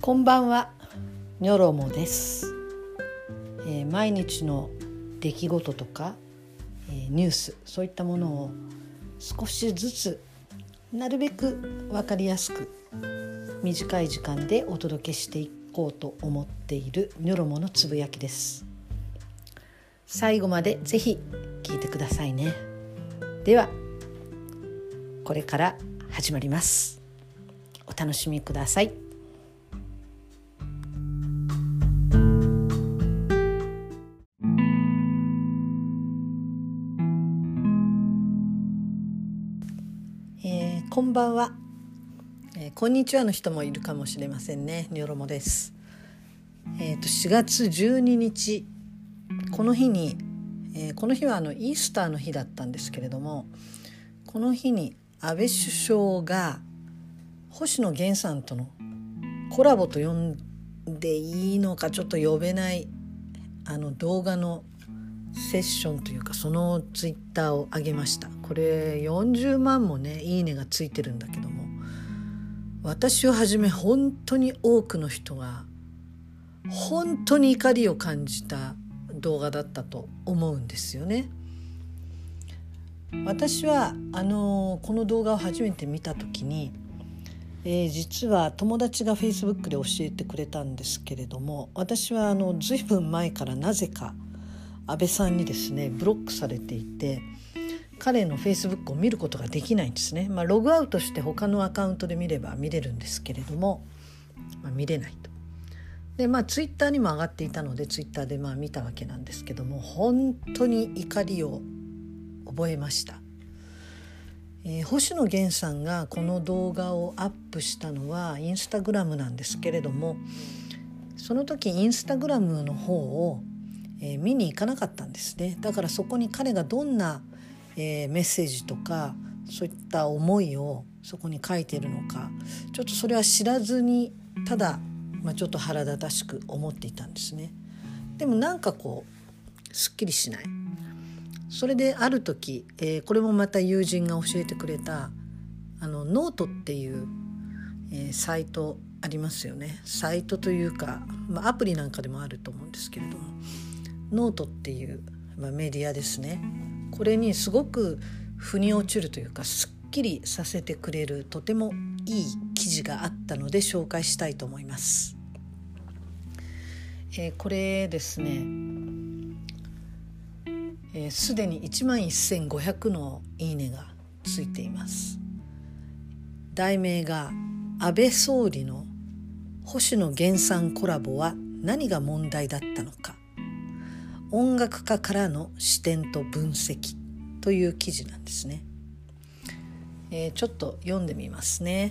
こんばんは、ニョロモです。毎日の出来事とか、ニュース、そういったものを少しずつなるべく分かりやすく短い時間でお届けしていこうと思っているニョロモのつぶやきです。最後までぜひ聞いてくださいね。ではこれから始まります。お楽しみください。こんばんは、こんにちはの人もいるかもしれませんね。ニョロモです。4月12日この日に、この日はイースターの日だったんですけれども、この日に安倍首相が星野源さんとのコラボと呼んでいいのかちょっと呼べない動画のセッションというか、そのツイッターを上げました。これ40万もねいいねがついてるんだけども、私をはじめ本当に多くの人が本当に怒りを感じた動画だったと思うんですよね。私はこの動画を初めて見た時に、実は友達が Facebook で教えてくれたんですけれども、私はずいぶん前からなぜか安倍さんにですねブロックされていて、彼の Facebook を見ることができないんですね。ログアウトして他のアカウントで見れば見れるんですけれども、見れないと。でツイッターにも上がっていたのでツイッターで見たわけなんですけども、本当に怒りを覚えました。星野源さんがこの動画をアップしたのはインスタグラムなんですけれども、その時インスタグラムの方を見に行かなかったんですね。だからそこに彼がどんな、メッセージとかそういった思いをそこに書いているのか、ちょっとそれは知らずにただ、ちょっと腹立たしく思っていたんですね。でもなんかすっきりしない。それである時、これもまた友人が教えてくれたノートっていう、サイトありますよね。サイトというか、アプリなんかでもあると思うんですけれども、ノートっていう、メディアですね。これにすごく腑に落ちるというか、すっきりさせてくれるとてもいい記事があったので紹介したいと思います。これですね、すでに11,500のいいねがついています。題名が安倍総理の星野源さんコラボは何が問題だったのか、音楽家からの視点と分析という記事なんですね。ちょっと読んでみますね。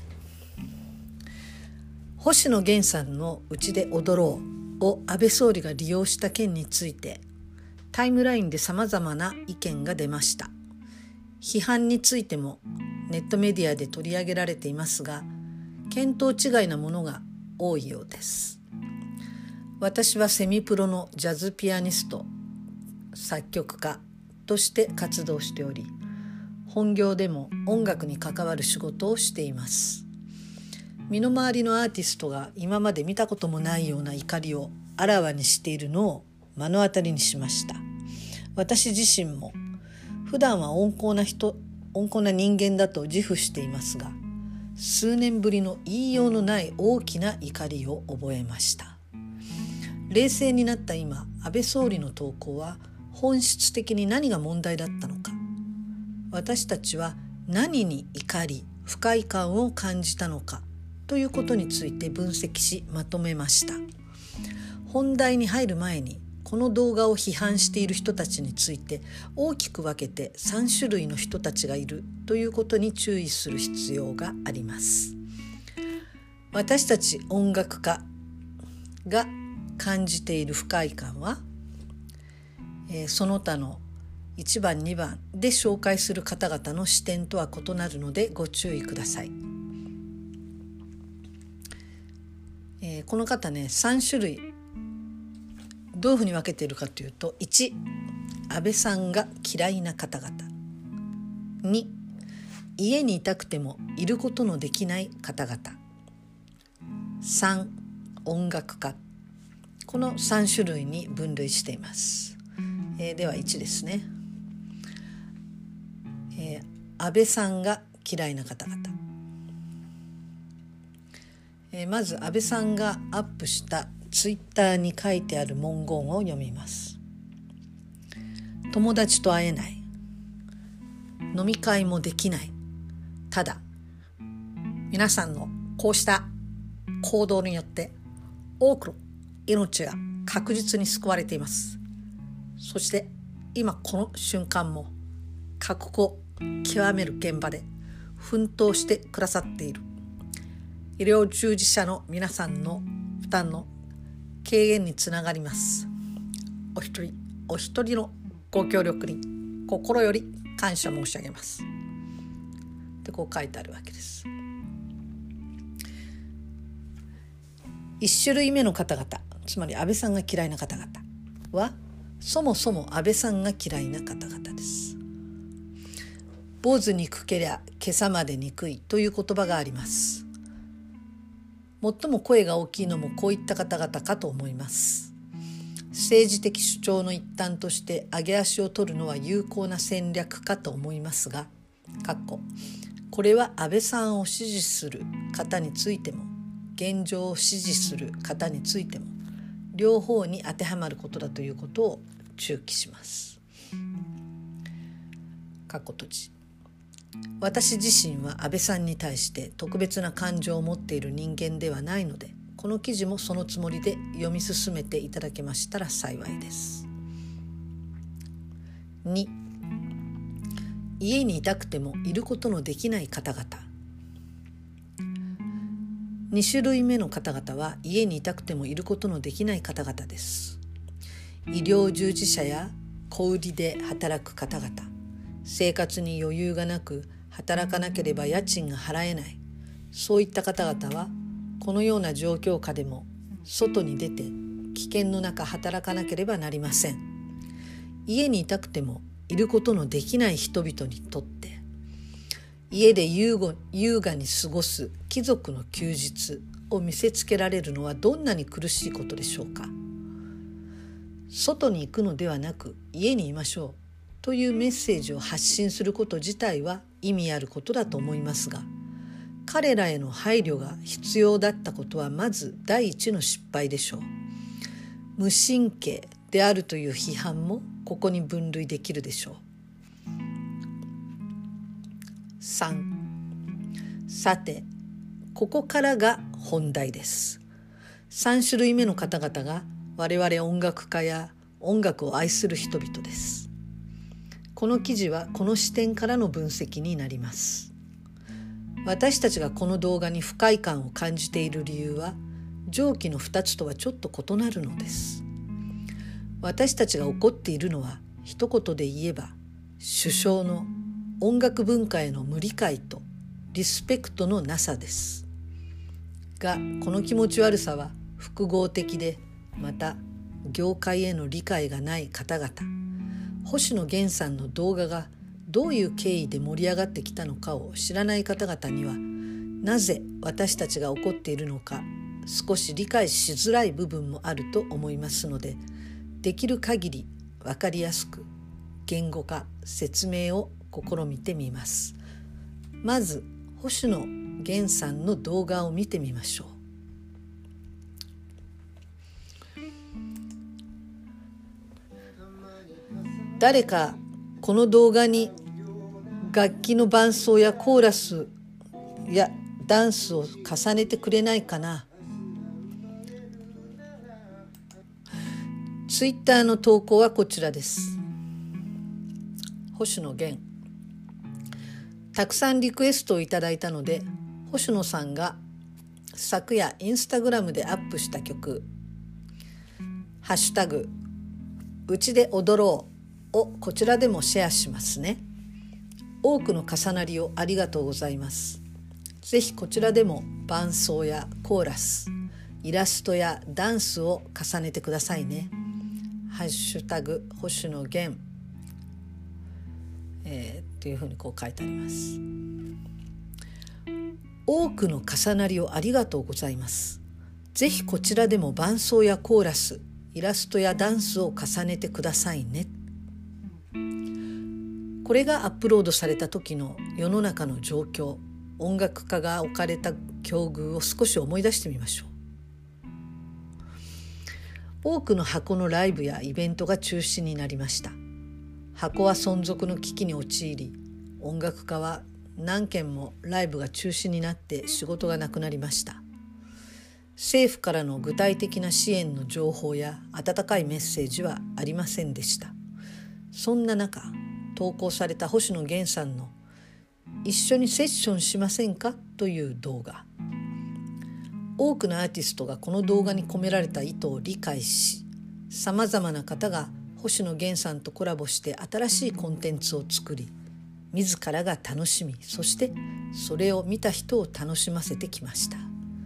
星野源さんのうちで踊ろうを安倍総理が利用した件についてタイムラインで様々な意見が出ました。批判についてもネットメディアで取り上げられていますが、見当違いなものが多いようです。私はセミプロのジャズピアニスト、作曲家として活動しており、本業でも音楽に関わる仕事をしています。身の回りのアーティストが今まで見たこともないような怒りをあらわにしているのを目の当たりにしました。私自身も普段は温厚な人間だと自負していますが、数年ぶりの言いようのない大きな怒りを覚えました。冷静になった今、安倍総理の投稿は本質的に何が問題だったのか、私たちは何に怒り不快感を感じたのかということについて分析しまとめました。本題に入る前に、この動画を批判している人たちについて大きく分けて3種類の人たちがいるということに注意する必要があります。私たち音楽家が感じている不快感は、その他の1番2番で紹介する方々の視点とは異なるのでご注意ください。この方ね、3種類どういうふうに分けているかというと、1、安倍さんが嫌いな方々。2、家にいたくてもいることのできない方々。3、 音楽家、この3種類に分類しています。では1ですね。安倍さんが嫌いな方々。まず安倍さんがアップしたツイッターに書いてある文言を読みます。友達と会えない、飲み会もできない、ただ皆さんのこうした行動によって多くの命が確実に救われています。そして今この瞬間も過酷を極める現場で奮闘してくださっている医療従事者の皆さんの負担の軽減につながります。お一人お一人のご協力に心より感謝申し上げますってこう書いてあるわけです。1種類目の方々、つまり安倍さんが嫌いな方々はそもそも安倍さんが嫌いな方々です。坊主憎けりゃ今朝まで憎いという言葉があります。最も声が大きいのもこういった方々かと思います。政治的主張の一端として上げ足を取るのは有効な戦略かと思いますが、これは安倍さんを支持する方についても現状を支持する方についても両方に当てはまることだということを注記します。私自身は安倍さんに対して特別な感情を持っている人間ではないので、この記事もそのつもりで読み進めていただけましたら幸いです。2、家にいたくてもいることのできない方々。2種類目の方々は家にいたくてもいることのできない方々です。医療従事者や小売りで働く方々、生活に余裕がなく働かなければ家賃が払えない、そういった方々はこのような状況下でも外に出て危険の中働かなければなりません。家にいたくてもいることのできない人々にとって家で優雅に過ごす貴族の休日を見せつけられるのはどんなに苦しいことでしょうか。外に行くのではなく家にいましょうというメッセージを発信すること自体は意味あることだと思いますが、彼らへの配慮が必要だったことはまず第一の失敗でしょう。無神経であるという批判もここに分類できるでしょう。3、さてここからが本題です。3種類目の方々が我々音楽家や音楽を愛する人々です。この記事はこの視点からの分析になります。私たちがこの動画に不快感を感じている理由は上記の2つとはちょっと異なるのです。私たちが怒っているのは一言で言えば首相の音楽文化への無理解とリスペクトのなさです。がこの気持ち悪さは複合的で、また業界への理解がない方々、星野源さんの動画がどういう経緯で盛り上がってきたのかを知らない方々には、なぜ私たちが怒っているのか少し理解しづらい部分もあると思いますので、できる限り分かりやすく言語化説明を試みてみます。まず星野源さんの動画を見てみましょう。誰かこの動画に楽器の伴奏やコーラスやダンスを重ねてくれないかな。ツイッターの投稿はこちらです。星野源、たくさんリクエストをいただいたので、星野さんが昨夜インスタグラムでアップした曲、ハッシュタグうちで踊ろうをこちらでもシェアしますね。多くの重なりをありがとうございます。ぜひこちらでも伴奏やコーラス、イラストやダンスを重ねてくださいね。ハッシュタグ星野源、っていうふうにこう書いてあります。多くの重なりをありがとうございます。 ぜひこちらでも伴奏やコーラス、イラストやダンスを重ねてくださいね。これがアップロードされた時の世の中の状況、音楽家が置かれた境遇を少し思い出してみましょう。多くの箱のライブやイベントが中止になりました。箱は存続の危機に陥り、音楽家は何件もライブが中止になって仕事がなくなりました。政府からの具体的な支援の情報や温かいメッセージはありませんでした。そんな中、投稿された星野源さんの一緒にセッションしませんかという動画。多くのアーティストがこの動画に込められた意図を理解し、さまざまな方が星野源さんとコラボして新しいコンテンツを作り、自らが楽しみ、そしてそれを見た人を楽しませてきました。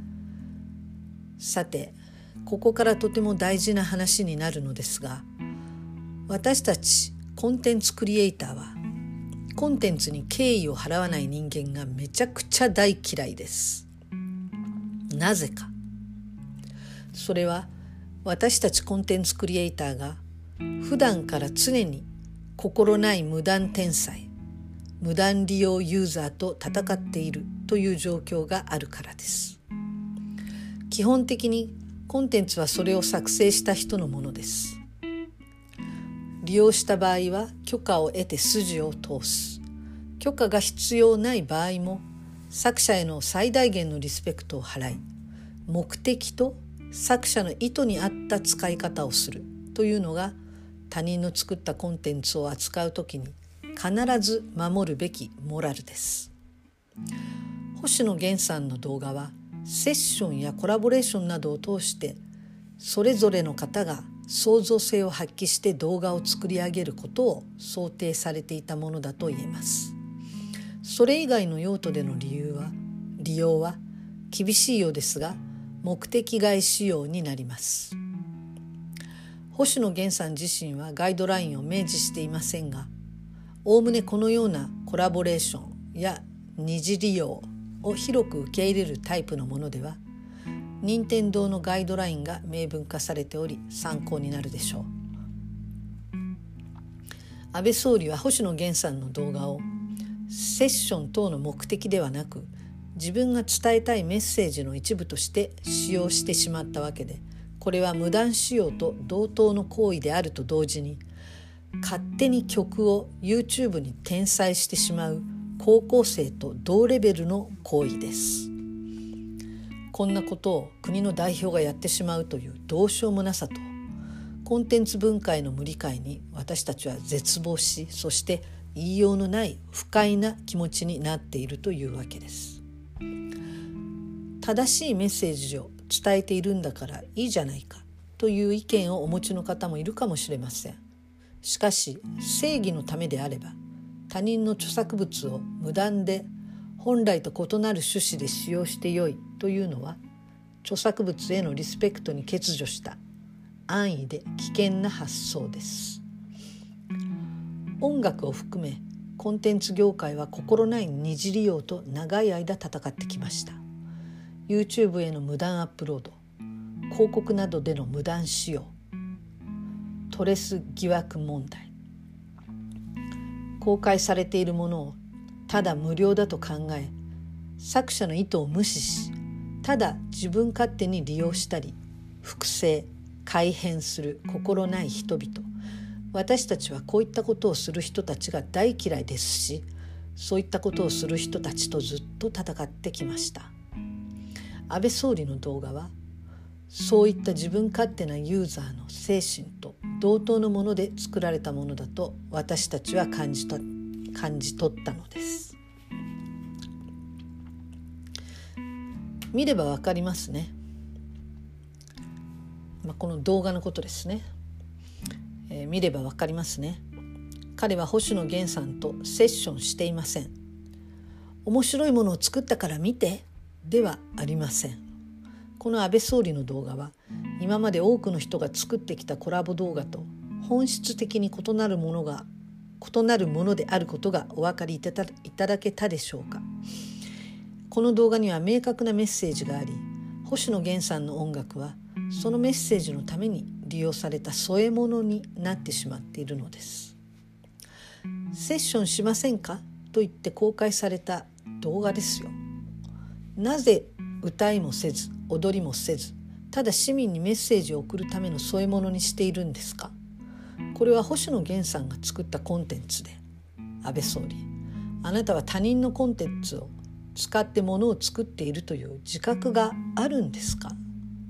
さて、ここからとても大事な話になるのですが、私たちコンテンツクリエイターはコンテンツに敬意を払わない人間がめちゃくちゃ大嫌いです。なぜか。それは私たちコンテンツクリエイターが普段から常に心ない無断転載、無断利用ユーザーと戦っているという状況があるからです。基本的にコンテンツはそれを作成した人のものです。利用した場合は許可を得て筋を通す。許可が必要ない場合も作者への最大限のリスペクトを払い、目的と作者の意図に合った使い方をするというのが他人の作ったコンテンツを扱うときに必ず守るべきモラルです。星野源さんの動画はセッションやコラボレーションなどを通してそれぞれの方が創造性を発揮して動画を作り上げることを想定されていたものだと言えます。それ以外の用途での利用は厳しいようですが目的外使用になります。星野源さん自身はガイドラインを明示していませんが、おおむねこのようなコラボレーションや二次利用を広く受け入れるタイプのものでは、任天堂のガイドラインが明文化されており参考になるでしょう。安倍総理は星野源さんの動画をセッション等の目的ではなく、自分が伝えたいメッセージの一部として使用してしまったわけで、これは無断使用と同等の行為であると同時に、勝手に曲を YouTube に転載してしまう高校生と同レベルの行為です。こんなことを国の代表がやってしまうというどうしようもなさと、コンテンツ文化への無理解に私たちは絶望し、そして言いようのない不快な気持ちになっているというわけです。正しいメッセージを伝えているんだからいいじゃないかという意見をお持ちの方もいるかもしれません。しかし正義のためであれば、他人の著作物を無断で本来と異なる趣旨で使用してよいというのは、著作物へのリスペクトに欠如した安易で危険な発想です。音楽を含めコンテンツ業界は心ない二次利用と長い間戦ってきました。 YouTube への無断アップロード、広告などでの無断使用、トレス疑惑問題、公開されているものをただ無料だと考え、作者の意図を無視し、ただ自分勝手に利用したり複製改変する心ない人々、私たちはこういったことをする人たちが大嫌いですし、そういったことをする人たちとずっと戦ってきました。安倍総理の動画はそういった自分勝手なユーザーの精神と同等のもので作られたものだと私たちは感じ取ったのです。見ればわかりますね。この動画のことですね。見ればわかりますね。彼は星野源さんとセッションしていません。面白いものを作ったから見てではありません。この安倍総理の動画は今まで多くの人が作ってきたコラボ動画と本質的に異なるものであることがお分かりいただけたでしょうか。この動画には明確なメッセージがあり、 星野源さんの音楽はそのメッセージのために利用された添え物になってしまっているのです。セッションしませんかと言って公開された動画ですよ。なぜ歌いもせず踊りもせず、ただ市民にメッセージを送るための添え物にしているんですか。これは星野源さんが作ったコンテンツで、安倍総理、あなたは他人のコンテンツを使ってものを作っているという自覚があるんですか。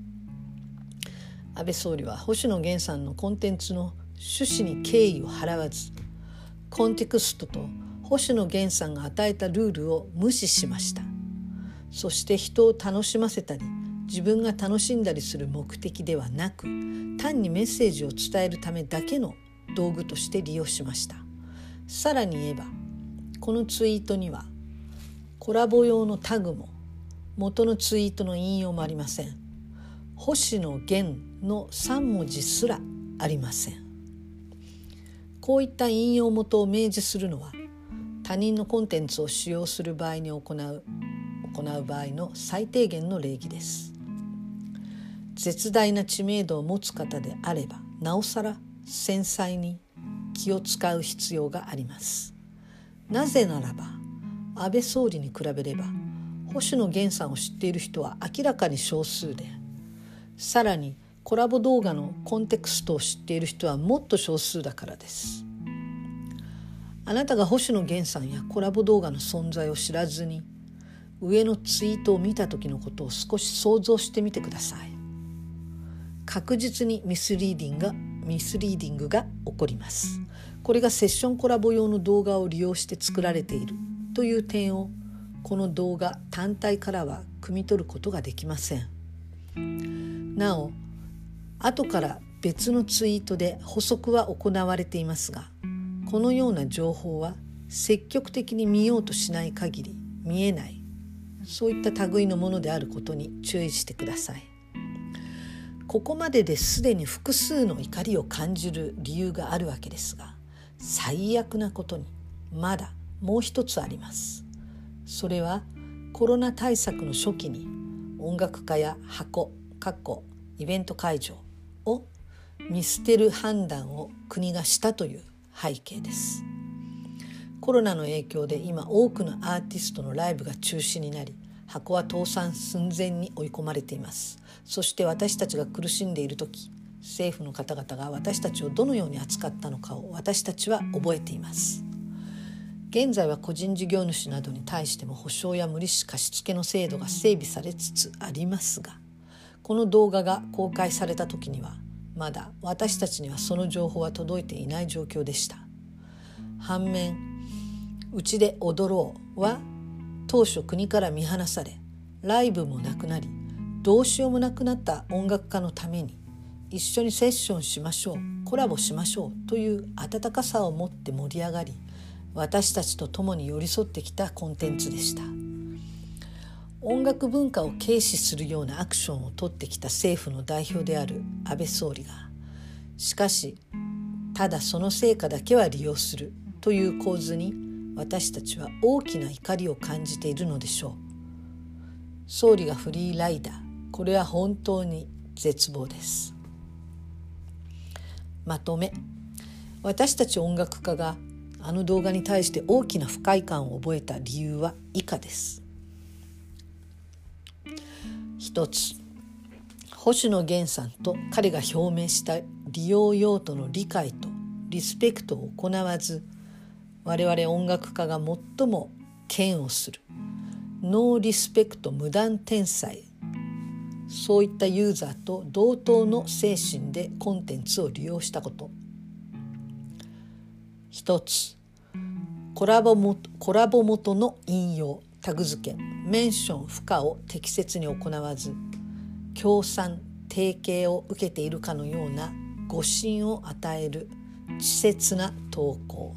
安倍総理は星野源さんのコンテンツの趣旨に敬意を払わず、コンテクストと星野源さんが与えたルールを無視しました。そして人を楽しませたり自分が楽しんだりする目的ではなく、単にメッセージを伝えるためだけの道具として利用しました。さらに言えば、このツイートにはコラボ用のタグも元のツイートの引用もありません。星野源の3文字すらありません。こういった引用元を明示するのは、他人のコンテンツを使用する場合に行う場合の最低限の礼儀です。絶大な知名度を持つ方であれば、なおさら繊細に気を使う必要があります。なぜならば、安倍総理に比べれば星野源さんを知っている人は明らかに少数で、さらにコラボ動画のコンテクストを知っている人はもっと少数だからです。あなたが星野源さんやコラボ動画の存在を知らずに上のツイートを見た時のことを少し想像してみてください。確実にミスリーディングが起こります。これがセッションコラボ用の動画を利用して作られているという点を、この動画単体からは汲み取ることができません。なお、後から別のツイートで補足は行われていますが、このような情報は積極的に見ようとしない限り見えない、そういった類のものであることに注意してください。ここまでですでに複数の怒りを感じる理由があるわけですが、最悪なことにまだもう一つあります。それはコロナ対策の初期に音楽家や箱イベント会場を見捨てる判断を国がしたという背景です。コロナの影響で今多くのアーティストのライブが中止になり、箱は倒産寸前に追い込まれています。そして私たちが苦しんでいる時、政府の方々が私たちをどのように扱ったのかを私たちは覚えています。現在は個人事業主などに対しても保証や無利子貸付の制度が整備されつつありますが、この動画が公開された時にはまだ私たちにはその情報は届いていない状況でした。反面、うちで踊ろうは当初国から見放され、ライブもなくなり、どうしようもなくなった音楽家のために一緒にセッションしましょう、コラボしましょうという温かさを持って盛り上がり、私たちと共に寄り添ってきたコンテンツでした。音楽文化を軽視するようなアクションを取ってきた政府の代表である安倍総理が、しかしただその成果だけは利用するという構図に私たちは大きな怒りを感じているのでしょう。総理がフリーライダー、これは本当に絶望です。まとめ、私たち音楽家があの動画に対して大きな不快感を覚えた理由は以下です。一つ、星野源さんと彼が表明した利用用途の理解とリスペクトを行わず、我々音楽家が最も嫌悪するノーリスペクト無断転載、そういったユーザーと同等の精神でコンテンツを利用したこと。一つ、コラボ元の引用、タグ付け、メンション付加を適切に行わず、協賛提携を受けているかのような誤信を与える稚拙な投稿。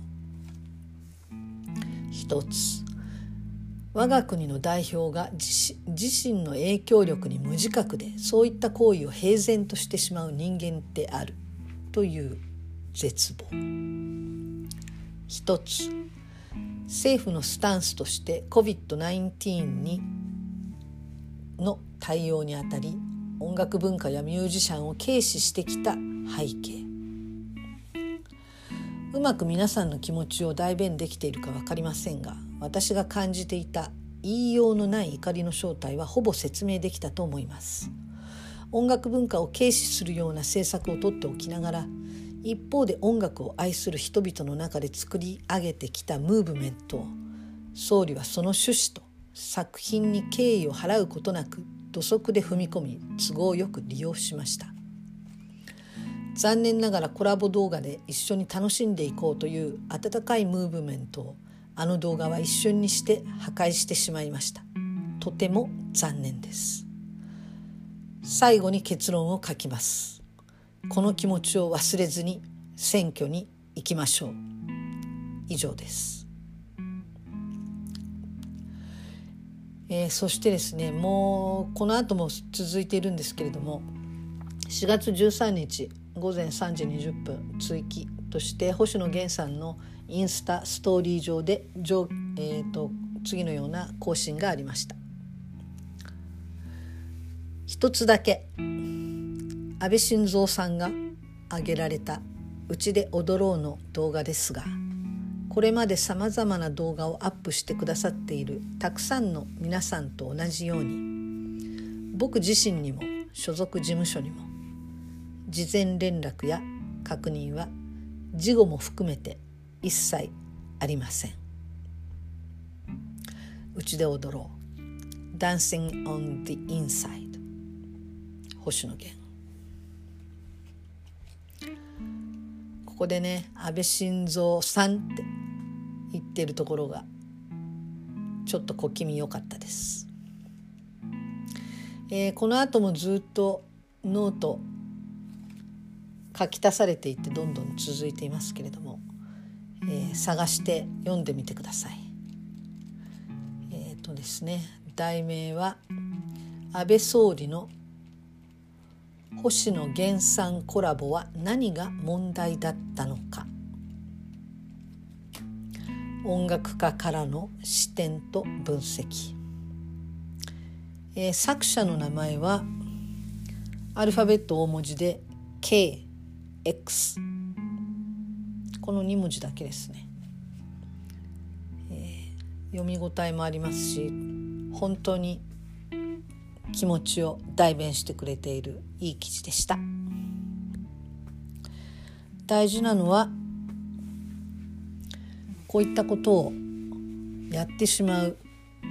一つ、我が国の代表が自身の影響力に無自覚でそういった行為を平然としてしまう人間であるという絶望。一つ、政府のスタンスとして COVID-19 の対応にあたり音楽文化やミュージシャンを軽視してきた背景、うまく皆さんの気持ちを代弁できているか分かりませんが、私が感じていた言いようのない怒りの正体はほぼ説明できたと思います。音楽文化を軽視するような政策をとっておきながら、一方で音楽を愛する人々の中で作り上げてきたムーブメントを、総理はその趣旨と作品に敬意を払うことなく土足で踏み込み、都合よく利用しました。残念ながらコラボ動画で一緒に楽しんでいこうという温かいムーブメントをあの動画は一瞬にして破壊してしまいました。とても残念です。最後に結論を書きます。この気持ちを忘れずに選挙に行きましょう。以上です。そしてですね、もうこの後も続いているんですけれども、4月13日午前3時20分追記として星野源さんのインスタストーリー上で次のような更新がありました。一つだけ安倍晋三さんが上げられたうちで踊ろうの動画ですが、これまでさまざまな動画をアップしてくださっているたくさんの皆さんと同じように、僕自身にも所属事務所にも事前連絡や確認は事後も含めて一切ありません。うちで踊ろう Dancing on the Inside 星野源。ここでね、安倍晋三さんって言ってるところがちょっと小気味良かったです。この後もずっとノート書き足されていってどんどん続いていますけれども、探して読んでみてください。ですね、題名は安倍総理の星野源さんコラボは何が問題だったのか、音楽家からの視点と分析。作者の名前はアルファベット大文字で KX、 この2文字だけですね。読み応えもありますし、本当に気持ちを代弁してくれているいい記事でした。大事なのはこういったことをやってしまう、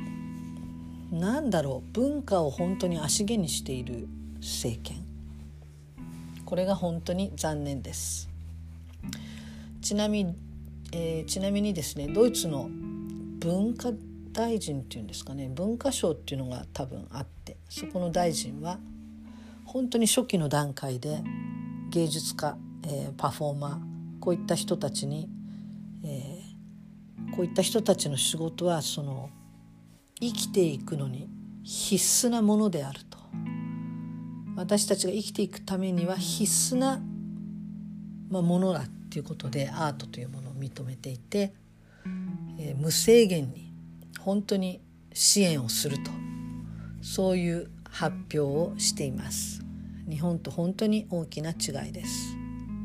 文化を本当に足毛にしている政権、これが本当に残念です。ちなみにですね、ドイツの文化大臣っていうんですかね、文化省っていうのが多分あって、そこの大臣は本当に初期の段階で芸術家、パフォーマー、こういった人たちに、こういった人たちの仕事はその生きていくのに必須なものであると、私たちが生きていくためには必須な、ものだっていうことでアートというものを認めていて、無制限に本当に支援をすると、そういう発表をしています。日本と本当に大きな違いです。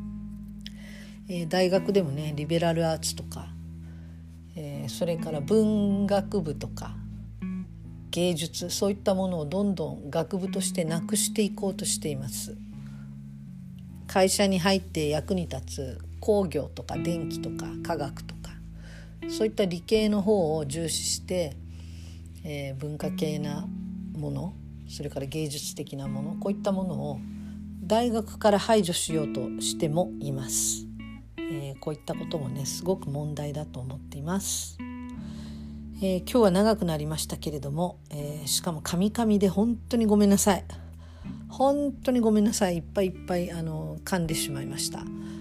大学でもね、リベラルアーツとか、それから文学部とか芸術、そういったものをどんどん学部としてなくしていこうとしています。会社に入って役に立つ工業とか電気とか科学とか、そういった理系の方を重視して、文化系なもの、それから芸術的なもの、こういったものを大学から排除しようとしてもいます。こういったこともね、すごく問題だと思っています。今日は長くなりましたけれども、しかもカミカミで本当にごめんなさい。本当にごめんなさい。いっぱい噛んでしまいました。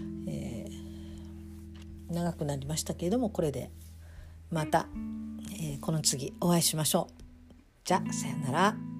長くなりましたけれども、これでまた、この次お会いしましょう。じゃあさよなら。